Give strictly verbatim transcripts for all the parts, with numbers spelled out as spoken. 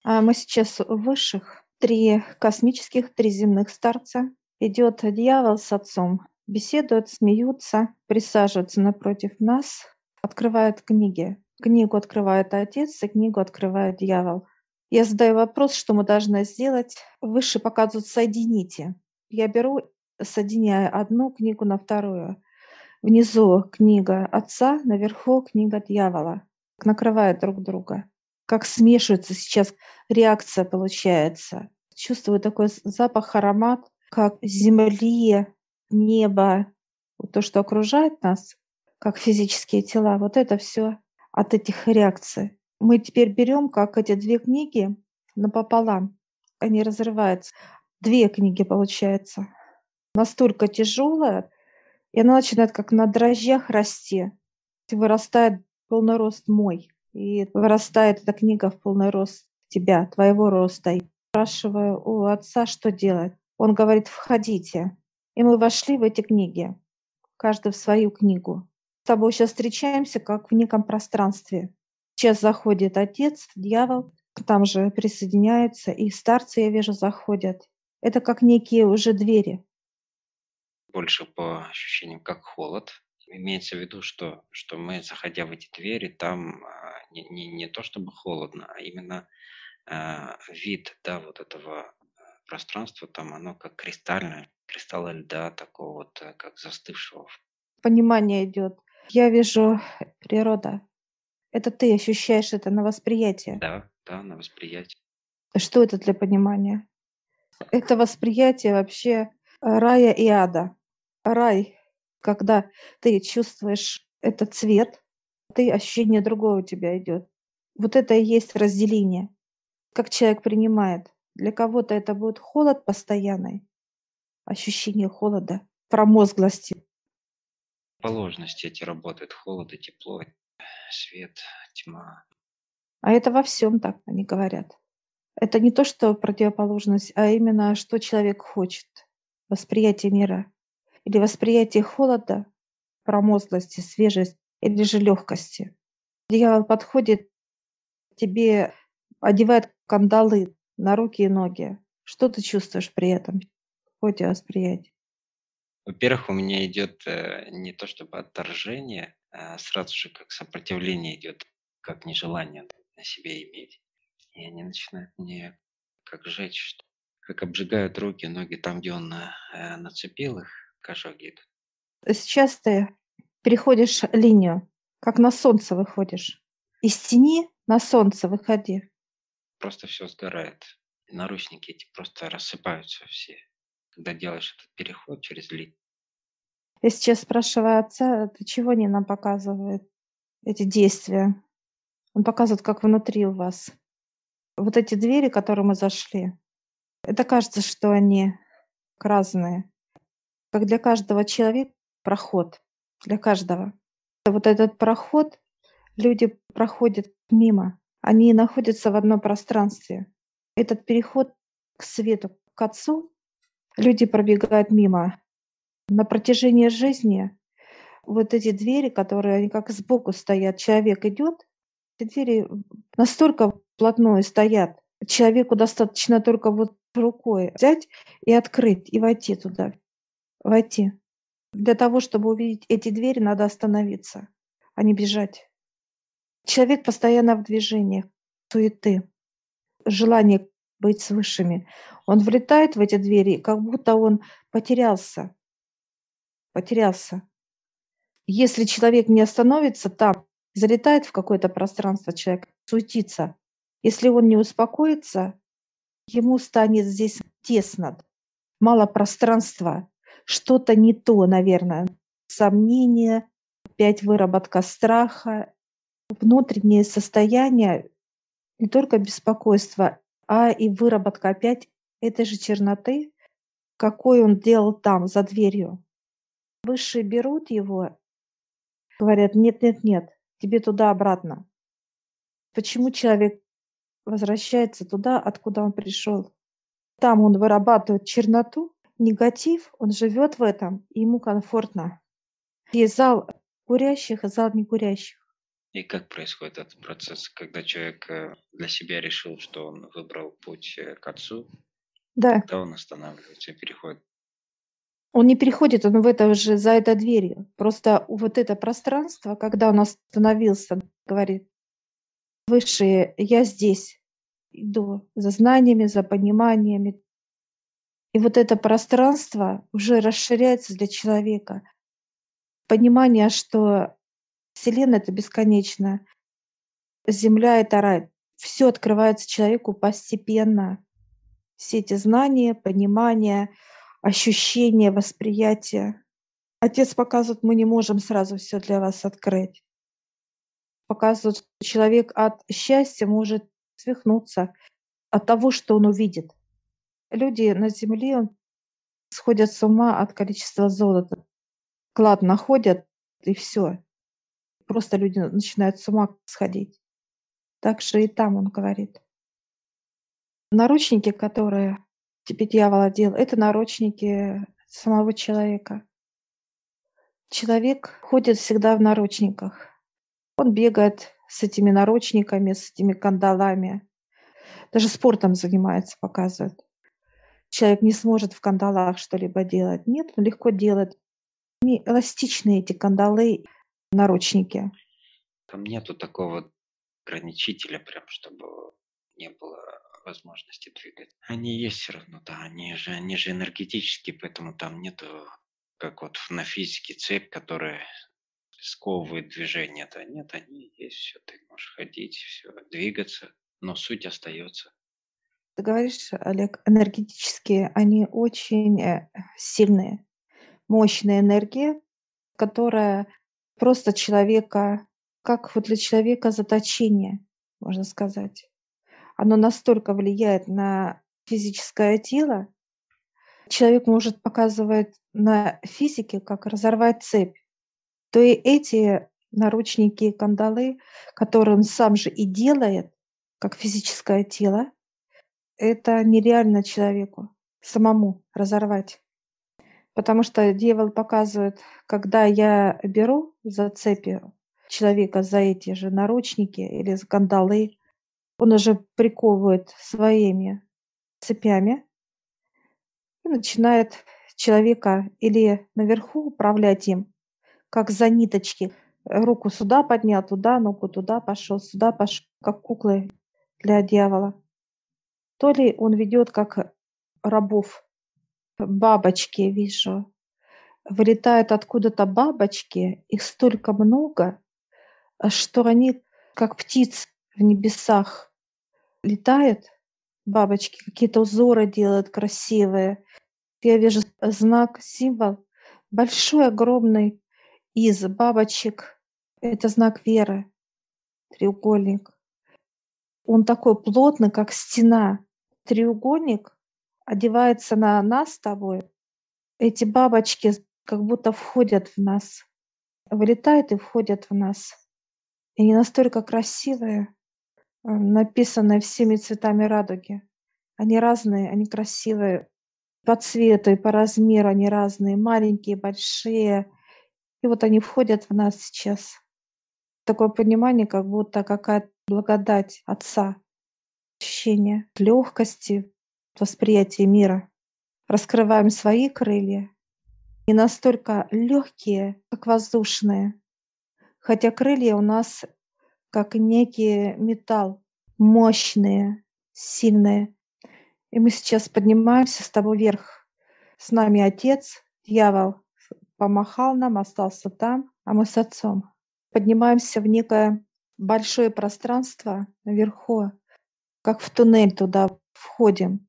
А мы сейчас у высших. Три космических, три земных старца. Идет дьявол с отцом. Беседуют, смеются, присаживаются напротив нас, открывают книги. Книгу открывает отец, и книгу открывает дьявол. Я задаю вопрос, что мы должны сделать. Выше показывают «соедините». Я беру, соединяю одну книгу на вторую. Внизу книга отца, наверху книга дьявола. Накрывают друг друга. Как смешивается сейчас реакция получается. Чувствую такой з запах, аромат, как земли, неба, вот то, что окружает нас, как физические тела. Вот это все от этих реакций. Мы теперь берем, как эти две книги напополам. Они разрываются. Две книги получается. Настолько тяжелая, и она начинает как на дрожжах расти. И вырастает полный рост мой. И вырастает эта книга в полный рост тебя, твоего роста. И спрашиваю у отца, что делать. Он говорит: «Входите». И мы вошли в эти книги, каждый в свою книгу. С тобой сейчас встречаемся, как в неком пространстве. Сейчас заходит отец, дьявол, там же присоединяются, и старцы, я вижу, заходят. Это как некие уже двери. Больше по ощущениям как холод. Имеется в виду, что что мы, заходя в эти двери, там, а, не не не то чтобы холодно, а именно, а, вид, да, вот этого, а, пространства, там оно как кристальное, кристаллы льда такого вот, э, как застывшего. Понимание идет. Я вижу природа. Это ты ощущаешь это на восприятие. Да, да, на восприятие. Что это для понимания? Это восприятие вообще э, рая и ада. Рай, когда ты чувствуешь этот цвет, ты ощущение другое у тебя идет. Вот это и есть разделение, как человек принимает. Для кого-то это будет холод постоянный, ощущение холода, промозглости. Положности эти работают: холод и тепло, свет, тьма. А это во всем так, они говорят. Это не то, что противоположность, а именно что человек хочет. Восприятие мира. Или восприятие холода, промозглости, свежесть, или же легкости. Дьявол подходит к тебе, одевает кандалы на руки и ноги. Что ты чувствуешь при этом? Какое у тебя восприятие? Во-первых, у меня идет, э, не то чтобы отторжение, а сразу же как сопротивление идет, как нежелание на себе иметь. И они начинают мне как жечь, что как обжигают руки, ноги там, где он, э, э, нацепил их, как ожоги идут. Сейчас ты переходишь линию, как на солнце выходишь. Из тени на солнце выходи. Просто все сгорает. И наручники эти просто рассыпаются все, когда делаешь этот переход через линию. Я сейчас спрашиваю отца, это чего они нам показывают, эти действия? Он показывает, как внутри у вас. Вот эти двери, в которые мы зашли, это кажется, что они разные. Как для каждого человека проход. Для каждого. Вот этот проход люди проходят мимо. Они находятся в одном пространстве. Этот переход к свету, к Отцу, люди пробегают мимо. На протяжении жизни вот эти двери, которые они как сбоку стоят, человек идет, эти двери настолько вплотную стоят. Человеку достаточно только вот рукой взять и открыть, и войти туда, войти. Для того, чтобы увидеть эти двери, надо остановиться, а не бежать. Человек постоянно в движении, суеты, желание быть с высшими. Он влетает в эти двери, как будто он потерялся, потерялся. Если человек не остановится там, залетает в какое-то пространство человек, суетится. Если он не успокоится, ему станет здесь тесно, мало пространства, что-то не то, наверное. Сомнения, опять выработка страха, внутреннее состояние, не только беспокойство, а и выработка опять этой же черноты, какой он делал там, за дверью. Высшие берут его, говорят: «Нет, нет, нет, тебе туда-обратно». Почему человек возвращается туда, откуда он пришел? Там он вырабатывает черноту, негатив, он живет в этом, и ему комфортно. Есть зал курящих и зал некурящих. И как происходит этот процесс, когда человек э, для себя решил, что он выбрал путь э, к Отцу, Да, когда он останавливается и переходит? он не переходит, он в это же за этой дверью. Просто вот это пространство, когда он остановился, говорит: "Высшие, я здесь, иду за знаниями, за пониманиями". И вот это пространство уже расширяется для человека. Понимание, что Вселенная — это бесконечно, Земля — это рай. Все открывается человеку постепенно. Все эти знания, понимания, ощущения, восприятия. Отец показывает, мы не можем сразу все для вас открыть. Показывает, что человек от счастья может свихнуться от того, что он увидит. Люди на Земле сходят с ума от количества золота. Клад находят, и все. Просто люди начинают с ума сходить. Так же и там, он говорит. Наручники, которые тебе дьявол одел, это наручники самого человека. Человек ходит всегда в наручниках. Он бегает с этими наручниками, с этими кандалами. Даже спортом занимается, показывает. Человек не сможет в кандалах что-либо делать. Нет, он легко делает. Они эластичные, эти кандалы, наручники. Там нету такого ограничителя, прям чтобы не было возможности двигать. Они есть все равно, да, они же, они же энергетические, поэтому там нету, как вот на физике, цепь, которая сковывает движение. Да нет, они есть, все, ты можешь ходить, все, двигаться, но суть остается. Ты говоришь, Олег, энергетические, они очень э, сильные, мощная энергия, которая просто человека, как вот для человека заточение, можно сказать. Оно настолько влияет на физическое тело. Человек может показывать на физике, как разорвать цепь. То и эти наручники и кандалы, которые он сам же и делает, как физическое тело, это нереально человеку самому разорвать. Потому что дьявол показывает, когда я беру за цепи человека за эти же наручники или за кандалы, он уже приковывает своими цепями и начинает человека или наверху управлять им, как за ниточки. Руку сюда поднял, туда, ногу туда пошел, сюда пошел, как куклы для дьявола. То ли он ведет как рабов. Бабочки вижу. Вылетают откуда-то бабочки, их столько много, а что они, как птицы в небесах, летают. Бабочки какие-то узоры делают красивые. Я вижу знак, символ большой, огромный из бабочек. Это знак веры, треугольник. Он такой плотный, как стена. Треугольник одевается на нас с тобой. Эти бабочки как будто входят в нас, вылетают и входят в нас. И они настолько красивые, а, написанные всеми цветами радуги. Они разные, они красивые по цвету и по размеру, они разные, маленькие, большие. И вот они входят в нас сейчас. Такое понимание, как будто какая-то благодать Отца, ощущение легкости, восприятия мира. Раскрываем свои крылья, и настолько легкие, как воздушные, хотя крылья у нас как некий металл, мощные, сильные. И мы сейчас поднимаемся с тобой вверх. С нами Отец, дьявол помахал нам, остался там, а мы с Отцом. Поднимаемся в некое большое пространство наверху, как в туннель туда входим.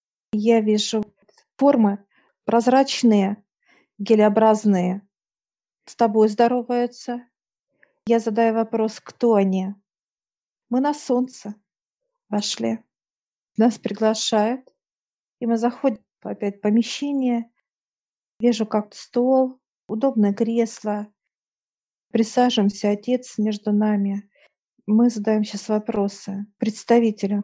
Я вижу формы прозрачные, гелеобразные. С тобой здороваются. Я задаю вопрос, кто они? Мы на солнце вошли. Нас приглашают, и мы заходим опять в помещение. Вижу, как стол, удобное кресло. Присаживаемся, Отец между нами. Мы задаем сейчас вопросы представителю.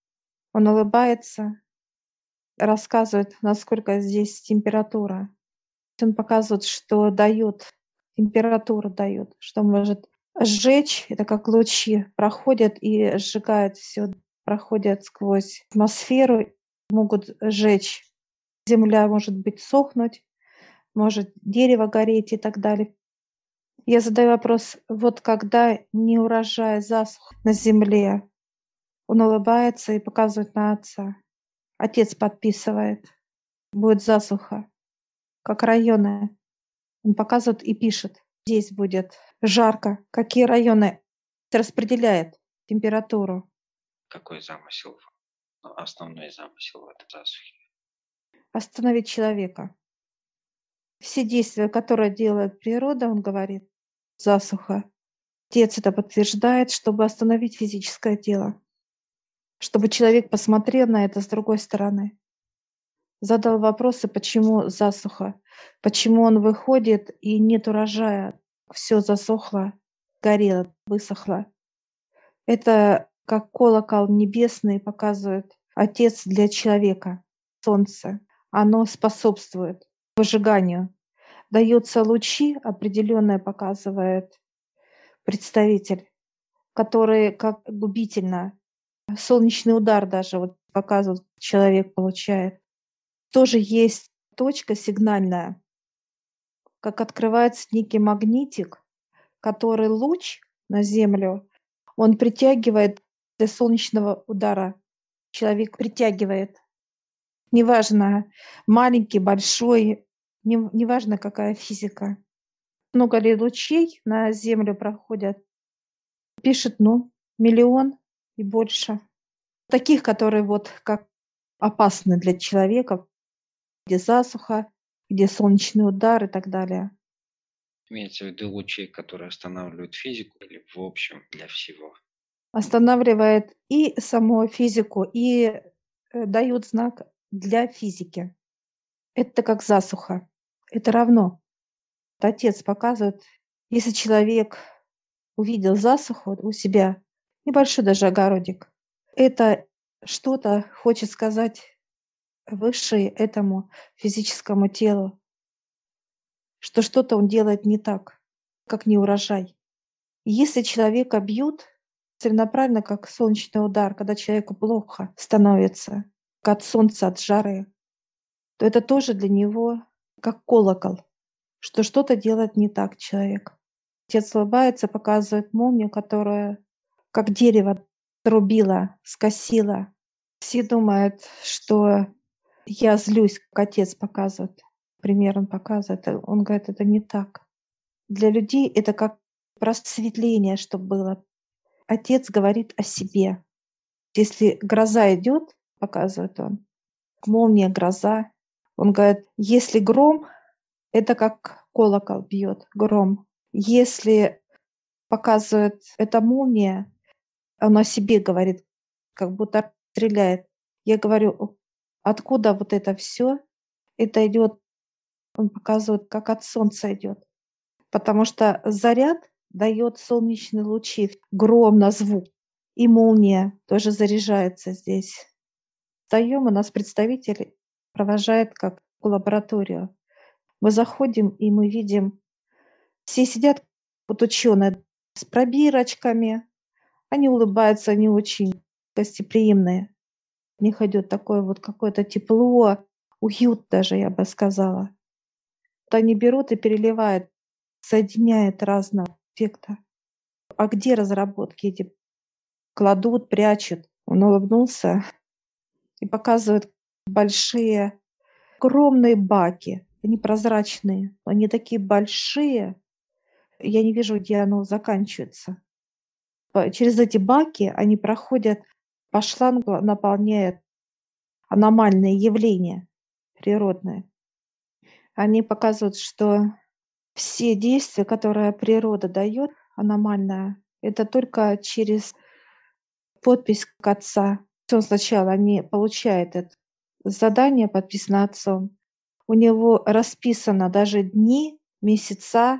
Он улыбается, рассказывает, насколько здесь температура. Он показывает, что дает, температуру дает, что может Сжечь — это как лучи проходят и сжигают все, проходят сквозь атмосферу, могут сжечь. Земля может быть сохнуть, может дерево гореть и так далее. Я задаю вопрос: вот когда неурожай, засуха на земле, он улыбается и показывает на отца. Отец подписывает: будет засуха, как районы. Он показывает и пишет: здесь будет жарко. Какие районы? Распределяет температуру. Какой замысел, ну, основной замысел в этой засухе? Остановить человека. Все действия, которые делает природа, он говорит, засуха. Отец это подтверждает, чтобы остановить физическое тело, чтобы человек посмотрел на это с другой стороны. Задал вопросы, почему засуха, почему он выходит и нет урожая, все засохло, горело, высохло. Это как колокол небесный показывает Отец для человека, солнце. Оно способствует выжиганию. Даются лучи, определенное показывает представитель, которые как губительно. Солнечный удар даже вот показывает, человек получает. Тоже есть точка сигнальная, как открывается некий магнитик, который луч на Землю, он притягивает для солнечного удара. Человек притягивает. Неважно, маленький, большой, не неважно, какая физика. Много ли лучей на Землю проходят? Пишет, ну, миллион и больше. Таких, которые вот как опасны для человека, где засуха, где солнечный удар и так далее. Имеется в виду лучи, которые останавливают физику или в общем для всего? Останавливает и саму физику, и э, дает знак для физики. Это как засуха. Это равно. Отец показывает, если человек увидел засуху у себя, небольшой даже огородик, это что-то хочет сказать высшее этому физическому телу, что что-то он делает не так, как неурожай. И если человека бьют целенаправленно, как солнечный удар, когда человеку плохо становится, как от солнца, от жары, то это тоже для него как колокол, что что-то делает не так человек. Отец улыбается, показывает молнию, которая как дерево срубила, скосила. Все думают, что я злюсь, как отец показывает. Пример он показывает. э, Он говорит, это не так. Для людей это как просветление, чтобы было. Отец говорит о себе. Если гроза идет, показывает он, молния, гроза, он говорит, если гром, это как колокол бьет, гром. Если показывает это молния, он о себе говорит, как будто стреляет. Я говорю, откуда вот это все? Это идет, он показывает, как от солнца идет. Потому что заряд дает солнечные лучи, гром на звук. И молния тоже заряжается здесь. Встаём, у нас представитель провожает как в лабораторию. Мы заходим, и мы видим, все сидят, вот ученые, с пробирочками. Они улыбаются, они очень гостеприимные. В них идет такое вот какое-то тепло, уют даже, я бы сказала. Вот они берут и переливают, соединяют разного эффекта. А где разработки эти? Кладут, прячут. Он улыбнулся и показывает большие, огромные баки. Они прозрачные, они такие большие. Я не вижу, где оно заканчивается. По через эти баки они проходят по шлангу, наполняют аномальные явления природные. Они показывают, что все действия, которые природа дает, аномальная, это только через подпись к отца. Он сначала не получает это задание, подписано отцом. У него расписано даже дни, месяца,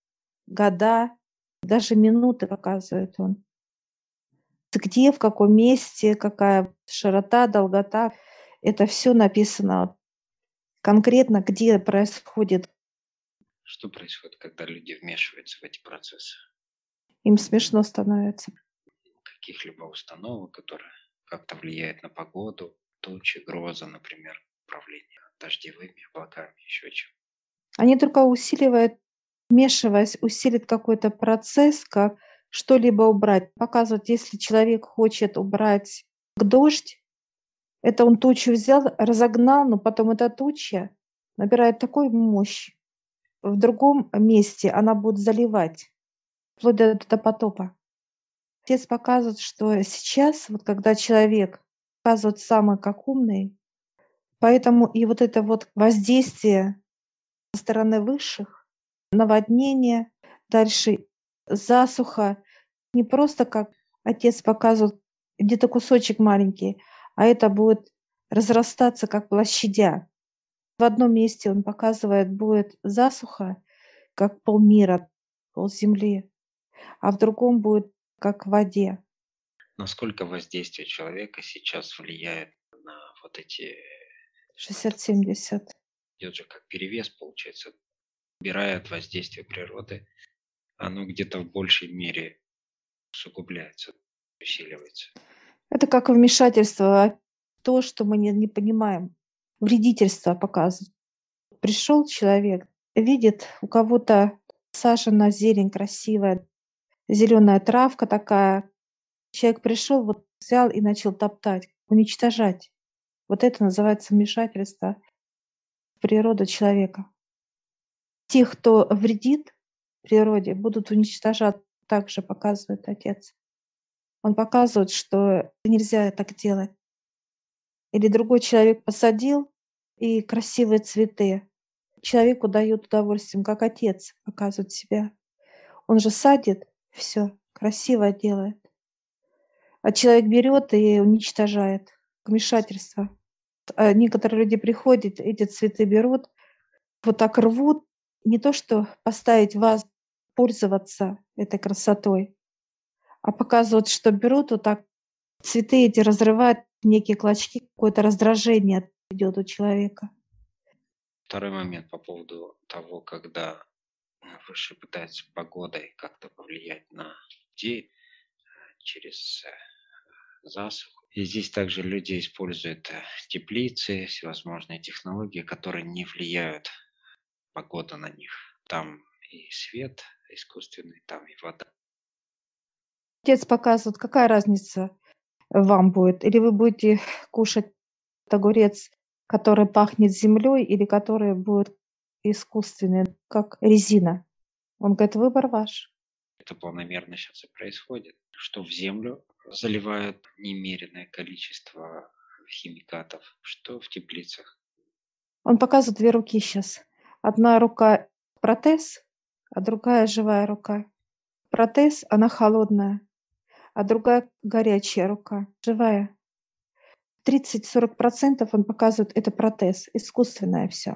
года, даже минуты показывает он. Где, в каком месте, какая широта, долгота. Это все написано конкретно, где происходит. Что происходит, когда люди вмешиваются в эти процессы? Им смешно становится. Каких-либо установок, которые как-то влияют на погоду, тучи, гроза, например, управление дождевыми облаками, еще чем. Они только усиливают, вмешиваясь, усилит какой-то процесс, как что-либо убрать. Показывают, если человек хочет убрать дождь, это он тучу взял, разогнал, но потом эта туча набирает такую мощь. В другом месте она будет заливать, вплоть до, до потопа. Отец показывает, что сейчас, вот когда человек показывает самый как умный, поэтому и вот это вот воздействие со стороны высших, наводнение, дальше засуха, не просто как отец показывает где-то кусочек маленький, а это будет разрастаться как площадя. В одном месте он показывает, будет засуха, как полмира, полземли, а в другом будет как в воде. Насколько воздействие человека сейчас влияет на вот эти... шестьдесят семьдесят. Идет же как перевес, получается. Убирая воздействие природы, оно где-то в большей мере усугубляется, усиливается. Это как вмешательство, а то, что мы не, не понимаем. Вредительство показывает. Пришел человек, видит у кого-то сажена зелень красивая, зеленая травка такая. Человек пришел, вот взял и начал топтать, уничтожать. Вот это называется вмешательство в природу человека. Тех, кто вредит природе, будут уничтожать, также показывает отец. Он показывает, что нельзя так делать. Или другой человек посадил, и красивые цветы. Человеку дают удовольствие, как отец показывает себя. Он же садит, все красиво делает. А человек берет и уничтожает. Вмешательство. А некоторые люди приходят, эти цветы берут, вот так рвут. Не то, что поставить в вазу, пользоваться этой красотой, а показывают, что берут вот так, цветы эти разрывают, некие клочки, какое-то раздражение идет у человека. Второй момент по поводу того, когда выше пытается погодой как-то повлиять на людей через засуху. И здесь также люди используют теплицы, всевозможные технологии, которые не влияют погода на них. Там и свет искусственный, там и вода. Отец показывает, какая разница вам будет. Или вы будете кушать огурец, который пахнет землей, или который будет искусственный, как резина. Он говорит, выбор ваш. Это планомерно сейчас и происходит, что в землю заливают немеренное количество химикатов, что в теплицах. Он показывает две руки сейчас. Одна рука протез, а другая живая рука. Протез, она холодная, а другая горячая рука, живая. тридцать-сорок процентов он показывает, это протез, искусственное все.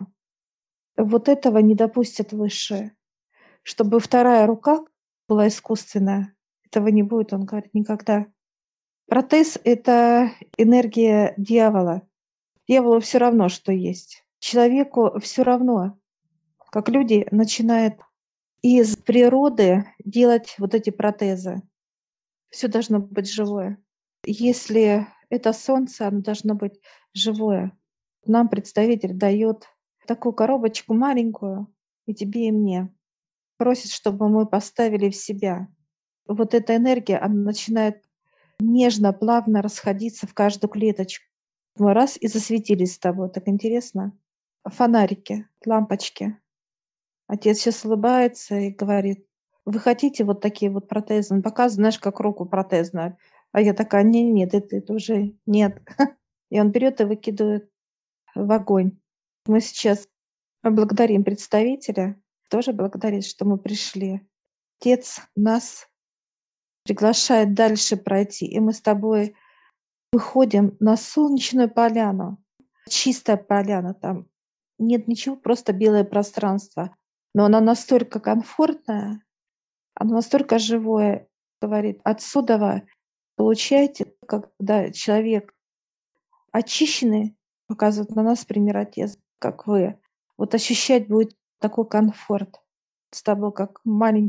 Вот этого не допустят высшие. Чтобы вторая рука была искусственная, этого не будет, он говорит, никогда. Протез — это энергия дьявола. Дьяволу все равно, что есть. Человеку все равно, как люди начинают из природы делать вот эти протезы. Все должно быть живое. Если это солнце, оно должно быть живое. Нам представитель дает такую коробочку маленькую, и тебе, и мне. Просит, чтобы мы поставили в себя. Вот эта энергия, она начинает нежно, плавно расходиться в каждую клеточку. Мы раз и засветились с тобой. Так интересно. Фонарики, лампочки. Отец сейчас улыбается и говорит, вы хотите вот такие вот протезы? Он показывает, знаешь, как руку протезную. А я такая, нет, нет, это, это уже нет. И он берет и выкидывает в огонь. Мы сейчас благодарим представителя, тоже благодарит, что мы пришли. Отец нас приглашает дальше пройти, и мы с тобой выходим на солнечную поляну. Чистая поляна, там нет ничего, просто белое пространство. Но она настолько комфортная, оно настолько живое, говорит, отсюда вы получаете, когда человек очищенный, показывает на нас пример отец, как вы, вот ощущать будет такой комфорт с тобой, как маленький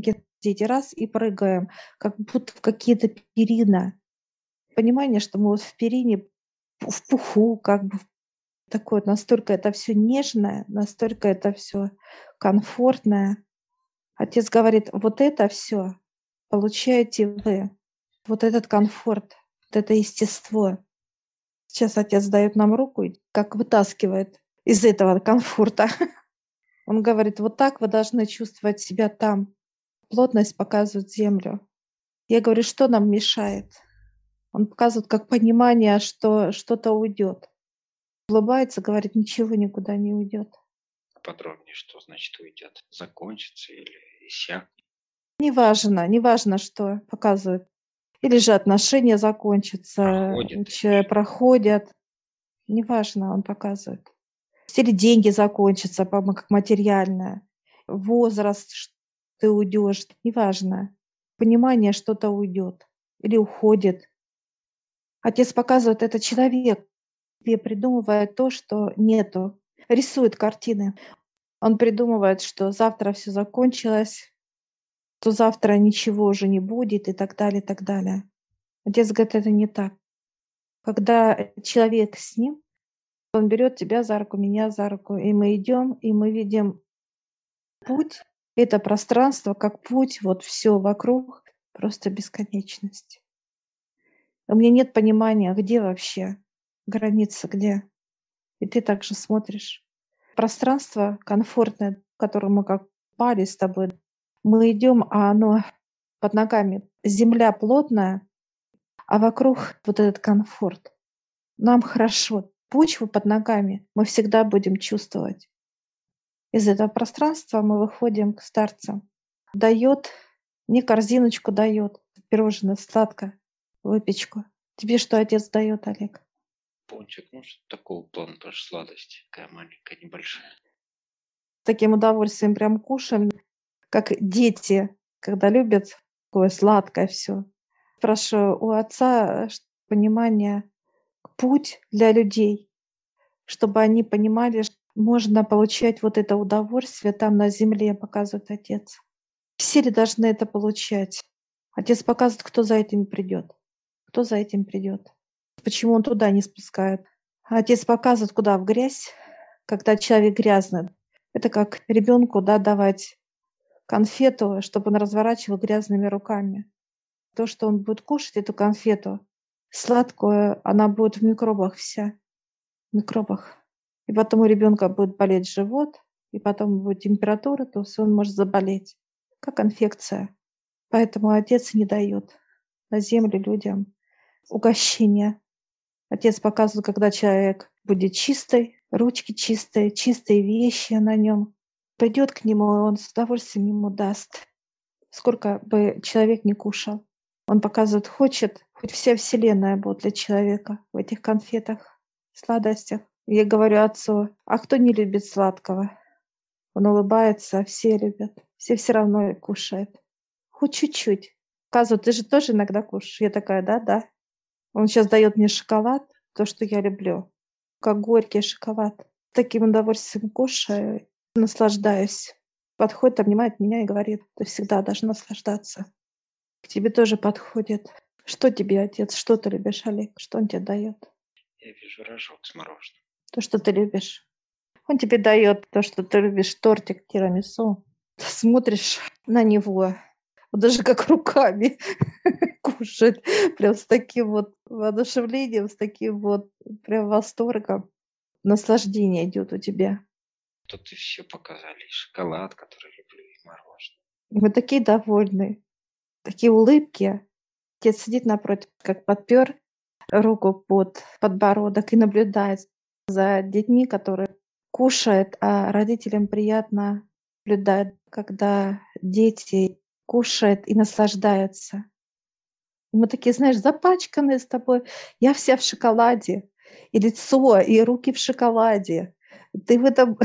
дети раз и прыгаем, как будто в какие-то перина. Понимание, что мы вот в перине, пу- в пуху, как бы такое, настолько это все нежное, настолько это все комфортное. Отец говорит, вот это все получаете вы, вот этот комфорт, вот это естество. Сейчас отец дает нам руку и как вытаскивает из этого комфорта. Он говорит, вот так вы должны чувствовать себя там. Плотность показывает землю. Я говорю, что нам мешает? Он показывает как понимание, что что-то уйдет. Улыбается, говорит, ничего никуда не уйдет. Подробнее, что значит уйдет? Закончится или иссякнет? Неважно, неважно, что показывает. Или же отношения закончатся, Проходит или че- проходят. Неважно, он показывает. Или деньги закончатся, по- как материальное. Возраст, ш- ты уйдешь, неважно. Понимание, что-то уйдет или уходит. Отец показывает, это человек себе придумывает то, что нету. Рисует картины. Он придумывает, что завтра все закончилось, то завтра ничего уже не будет и так далее, и так далее. Отец говорит, это не так. Когда человек с ним, он берет тебя за руку, меня за руку, и мы идем, и мы видим путь, это пространство, как путь, вот все вокруг, просто бесконечность. У меня нет понимания, где вообще граница, где. И ты также смотришь. Пространство комфортное, в котором мы как пали с тобой. Мы идем, а оно под ногами. Земля плотная, а вокруг вот этот комфорт. Нам хорошо. Почву под ногами мы всегда будем чувствовать. Из этого пространства мы выходим к старцам. Дает, мне корзиночку дает, пирожное, сладкое, выпечку. Тебе что отец дает, Олег? пончик, ну что такого плана, тоже сладость, такая маленькая, небольшая. Таким удовольствием прям кушаем, как дети, когда любят такое сладкое все. Прошу у отца ш- понимание, путь для людей, чтобы они понимали, что можно получать вот это удовольствие там на земле, показывает отец. Все ли должны это получать? Отец показывает, кто за этим придет. Кто за этим придет? Почему он туда не спускает? А отец показывает, куда в грязь, когда человек грязный. Это как ребенку да, давать конфету, чтобы он разворачивал грязными руками. То, что он будет кушать, эту конфету, сладкую, она будет в микробах вся. В микробах. И потом у ребенка будет болеть живот, и потом будет температура, то есть он может заболеть. Как инфекция. Поэтому отец не дает на землю людям угощения. Отец показывает, когда человек будет чистый, ручки чистые, чистые вещи на нем. Придет к нему, и он с удовольствием ему даст. Сколько бы человек не кушал. Он показывает, хочет, хоть вся вселенная будет для человека в этих конфетах, сладостях. И я говорю отцу, а кто не любит сладкого? Он улыбается, а все любят. Все все равно кушают. Хоть чуть-чуть. Оказывается, ты же тоже иногда кушаешь. Я такая, да, да. Он сейчас дает мне шоколад, то, что я люблю, как горький шоколад. Таким удовольствием кушаю, наслаждаюсь. Подходит, обнимает меня и говорит, ты всегда должна наслаждаться. К тебе тоже подходит. Что тебе, отец? Что ты любишь, Олег? Что он тебе дает? Я вижу рожок с мороженым. То, что ты любишь. Он тебе дает то, что ты любишь, тортик тирамису. Ты смотришь на него, вот даже как руками кушать, прям с таким вот воодушевлением, с таким вот прям восторгом. Наслаждение идет у тебя. Тут и все показали, и шоколад, который люблю, и мороженое. И мы такие довольные, такие улыбки. Отец сидит напротив, как подпер руку под подбородок и наблюдает за детьми, которые кушают, а родителям приятно наблюдать, когда дети кушают и наслаждаются. И мы такие, знаешь, запачканные с тобой. Я вся в шоколаде. И лицо, и руки в шоколаде. Ты в этом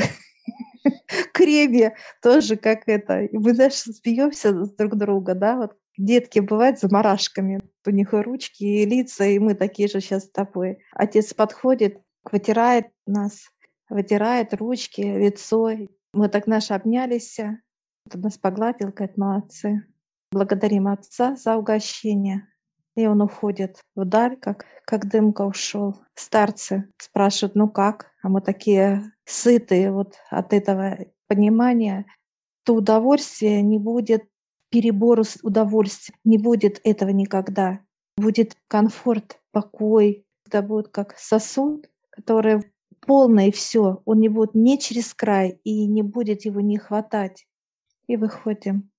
креме тоже как это. И мы, знаешь, смеемся с друг друга, да, вот детки бывают заморашками. У них и ручки, и лица, и мы такие же сейчас с тобой. Отец подходит, вытирает нас, вытирает ручки, лицо. Мы так, наши обнялись. Он нас погладил, говорит, молодцы. Благодарим Отца за угощение. И он уходит вдаль, как, как дымка ушел. Старцы спрашивают, ну как? А мы такие сытые вот от этого понимания. То удовольствие не будет перебору с удовольствием. Не будет этого никогда. Будет комфорт, покой. Это будет как сосуд, который полный, все. Он не будет не через край и не будет его не хватать. И выходим.